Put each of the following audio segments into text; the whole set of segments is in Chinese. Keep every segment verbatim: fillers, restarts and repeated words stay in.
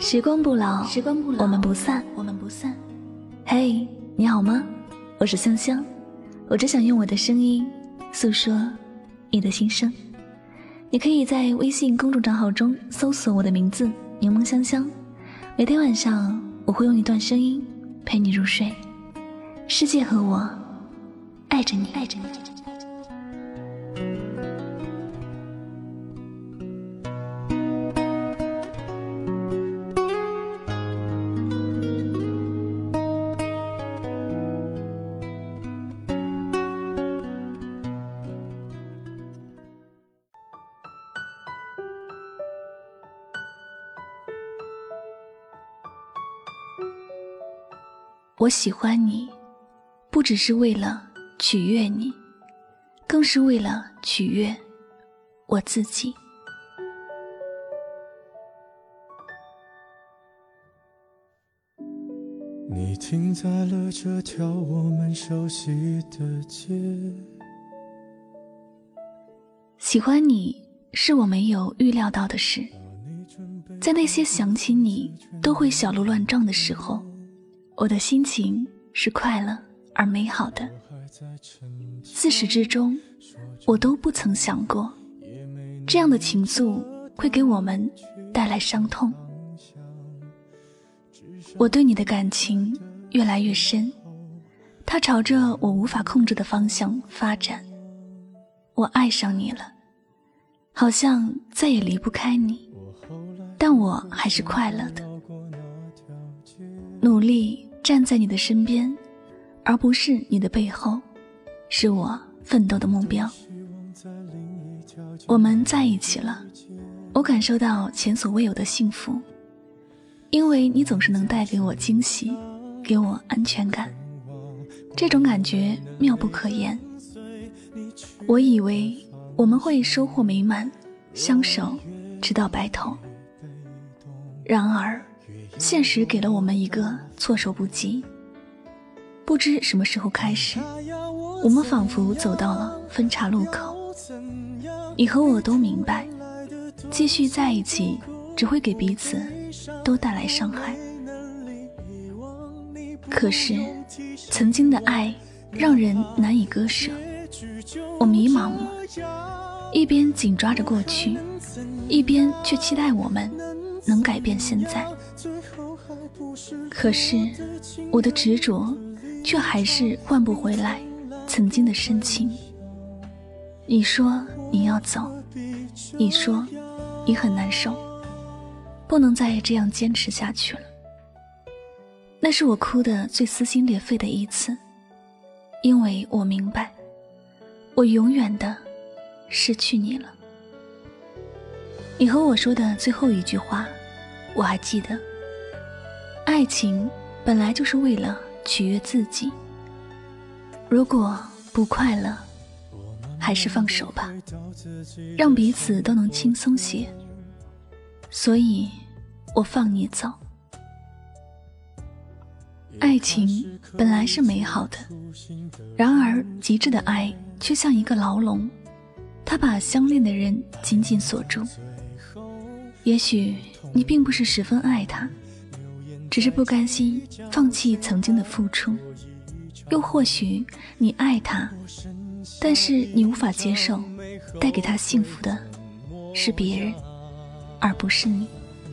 时光不老， 时光不老， 我们不散， 我们不散。 嘿、hey, 你好吗？我是香香，我只想用我的声音诉说你的心声。你可以在微信公众账号中搜索我的名字柠檬香香，每天晚上我会用一段声音陪你入睡。世界和我爱着你，爱着你。我喜欢你，不只是为了取悦你，更是为了取悦我自己。 你停在了这条我们熟悉的街， 喜欢你是我没有预料到的事，在那些想起你都会小鹿乱撞的时候，我的心情是快乐而美好的。自始至终，我都不曾想过，这样的情愫会给我们带来伤痛。我对你的感情越来越深，它朝着我无法控制的方向发展。我爱上你了，好像再也离不开你，但我还是快乐的。努力站在你的身边，而不是你的背后，是我奋斗的目标。我们在一起了，我感受到前所未有的幸福，因为你总是能带给我惊喜，给我安全感，这种感觉妙不可言。我以为我们会收获美满，相守直到白头，然而现实给了我们一个措手不及。不知什么时候开始，我们仿佛走到了分岔路口。你和我都明白，继续在一起只会给彼此都带来伤害。可是曾经的爱让人难以割舍，我迷茫了，一边紧抓着过去，一边却期待我们能改变现在。可是我的执着却还是换不回来曾经的深情。你说你要走，你说你很难受，不能再这样坚持下去了。那是我哭得最撕心裂肺的一次，因为我明白，我永远的失去你了。你和我说的最后一句话我还记得，爱情本来就是为了取悦自己，如果不快乐，还是放手吧，让彼此都能轻松些。所以我放你走。爱情本来是美好的，然而极致的爱却像一个牢笼，它把相恋的人紧紧锁住。也许你并不是十分爱他，只是不甘心放弃曾经的付出，又或许你爱他，但是你无法接受带给他幸福的是别人，而不是你。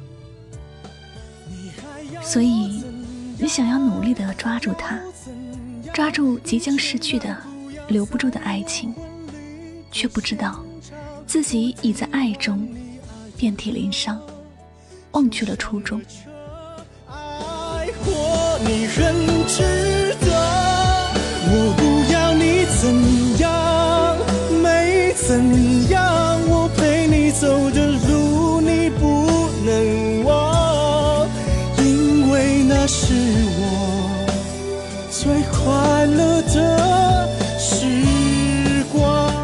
所以你想要努力地抓住他，抓住即将失去的留不住的爱情，却不知道自己已在爱中遍体鳞伤，忘去了初衷。 爱过你很值得，我不要你怎样没怎样，我陪你走的路你不能忘，因为那是我最快乐的时光。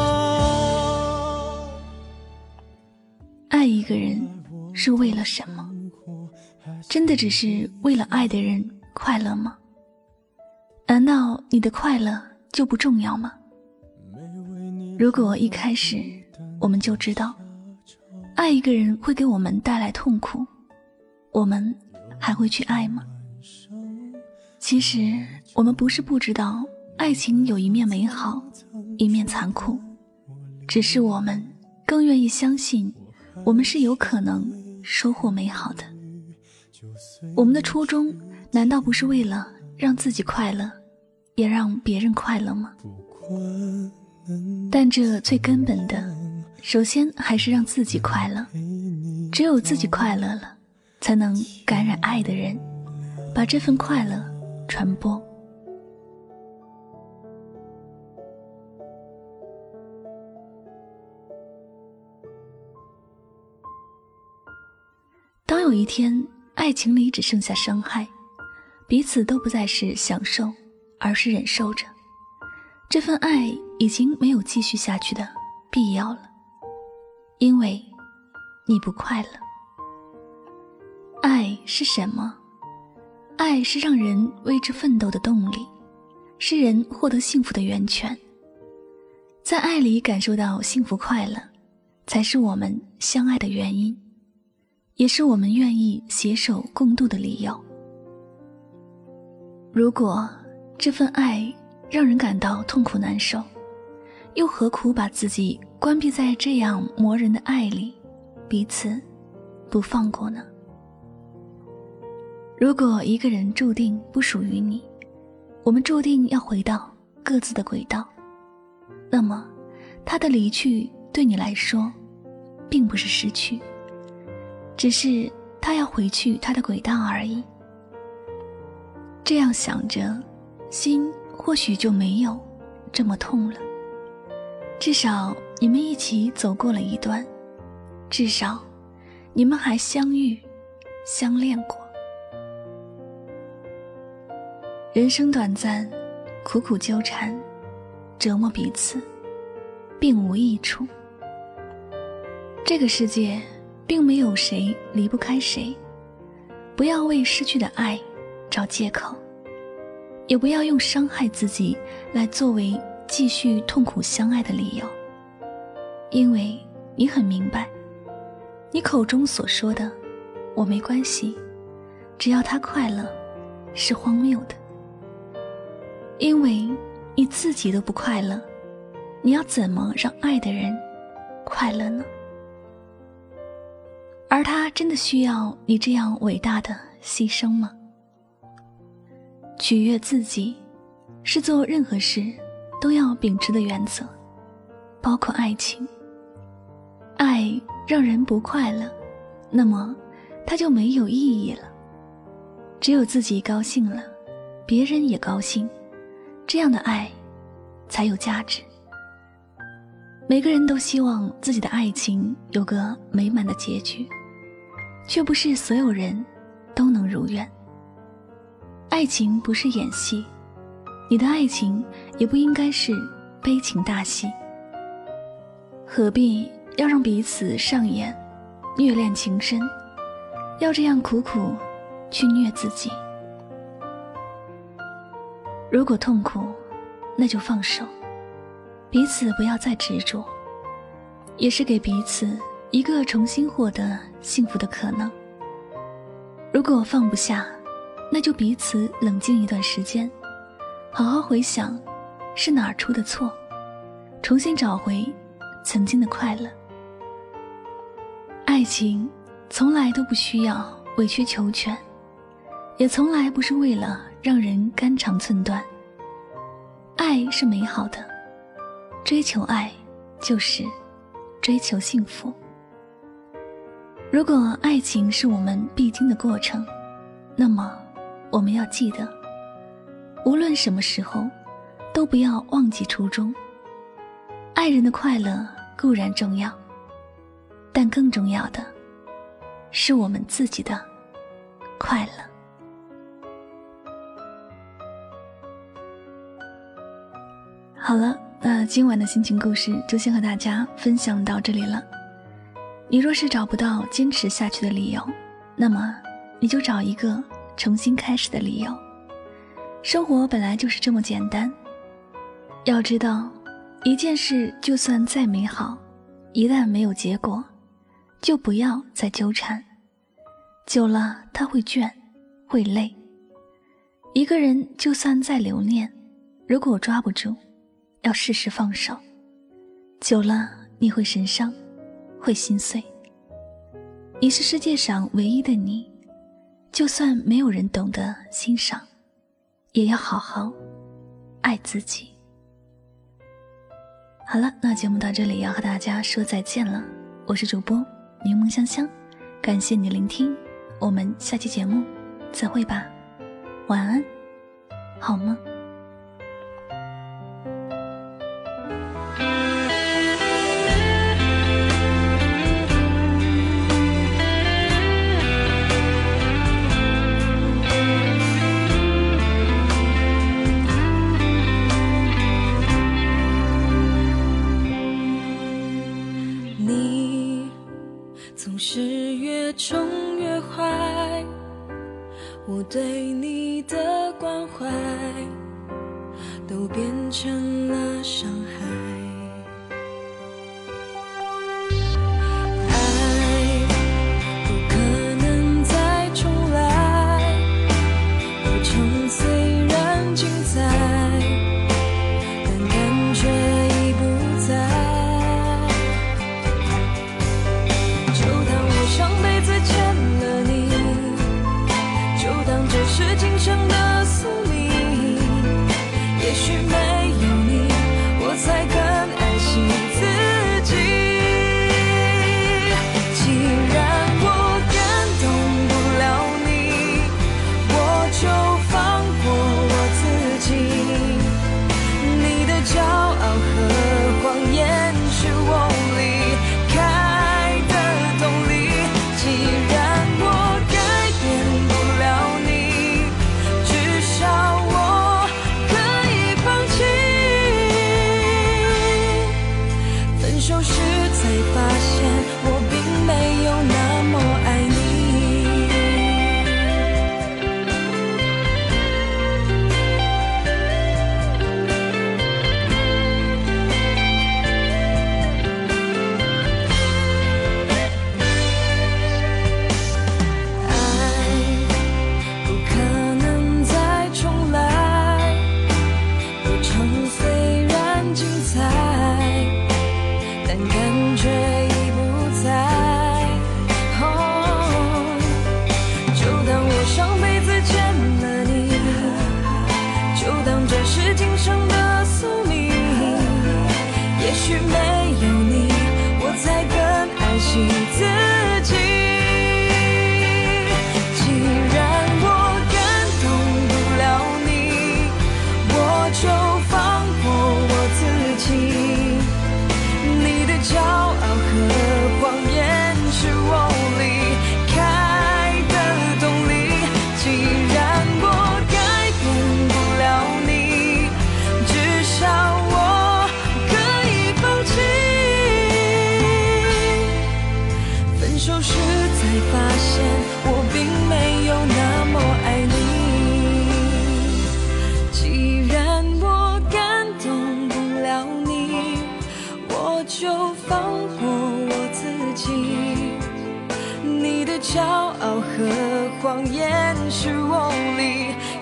爱一个人是为了什么？真的只是为了爱的人快乐吗？难道你的快乐就不重要吗？如果一开始我们就知道爱一个人会给我们带来痛苦， 我们还会去爱吗？其实我们不是不知道爱情有一面美好，一面残酷，只是我们更愿意相信我们是有可能收获美好的。我们的初衷难道不是为了让自己快乐，也让别人快乐吗？但这最根本的，首先还是让自己快乐。只有自己快乐了，才能感染爱的人，把这份快乐传播。当有一天爱情里只剩下伤害，彼此都不再是享受，而是忍受着，这份爱已经没有继续下去的必要了，因为你不快乐。爱是什么？爱是让人为之奋斗的动力，是人获得幸福的源泉。在爱里感受到幸福快乐，才是我们相爱的原因，也是我们愿意携手共度的理由。如果这份爱让人感到痛苦难受，又何苦把自己关闭在这样磨人的爱里，彼此不放过呢？如果一个人注定不属于你，我们注定要回到各自的轨道，那么他的离去对你来说并不是失去，只是他要回去他的轨道而已。这样想着，心或许就没有这么痛了。至少你们一起走过了一段，至少你们还相遇相恋过。人生短暂，苦苦纠缠，折磨彼此，并无益处。这个世界并没有谁离不开谁，不要为失去的爱找借口，也不要用伤害自己来作为继续痛苦相爱的理由。因为你很明白，你口中所说的我没关系，只要他快乐，是荒谬的。因为你自己都不快乐，你要怎么让爱的人快乐呢？而他真的需要你这样伟大的牺牲吗？取悦自己是做任何事都要秉持的原则，包括爱情。爱让人不快乐，那么它就没有意义了。只有自己高兴了，别人也高兴，这样的爱才有价值。每个人都希望自己的爱情有个美满的结局，却不是所有人都能如愿。爱情不是演戏，你的爱情也不应该是悲情大戏。何必要让彼此上演虐恋情深，要这样苦苦去虐自己？如果痛苦，那就放手，彼此不要再执着，也是给彼此一个重新获得幸福的可能。如果放不下，那就彼此冷静一段时间，好好回想是哪儿出的错，重新找回曾经的快乐。爱情从来都不需要委曲求全，也从来不是为了让人肝肠寸断。爱是美好的，追求爱就是追求幸福。如果爱情是我们必经的过程，那么我们要记得，无论什么时候都不要忘记初衷。爱人的快乐固然重要，但更重要的是我们自己的快乐。好了，那今晚的心情故事就先和大家分享到这里了。你若是找不到坚持下去的理由，那么你就找一个重新开始的理由。生活本来就是这么简单。要知道，一件事就算再美好，一旦没有结果，就不要再纠缠。 久了他会倦，会累。一个人就算再留恋，如果抓不住，要适时放手。久了你会神伤，会心碎。你是世界上唯一的你，就算没有人懂得欣赏，也要好好爱自己。好了，那节目到这里要和大家说再见了。我是主播柠檬香香，感谢你聆听，我们下期节目再会吧。晚安，好梦。 总是越宠越坏，我对你的关怀都变成了伤害。爱不可能再重来，过程虽然精彩，但感觉已不在。上辈子欠了你，就当这是今生的宿命。也许没有你，我才更爱惜自己。既然我感动不了你，我就放过我自己。你的骄傲和谎言是我离开的动力。既然我改变不了你，至少我可以放弃。分手时才发现，我并没有那么爱你。骄傲和谎言是我离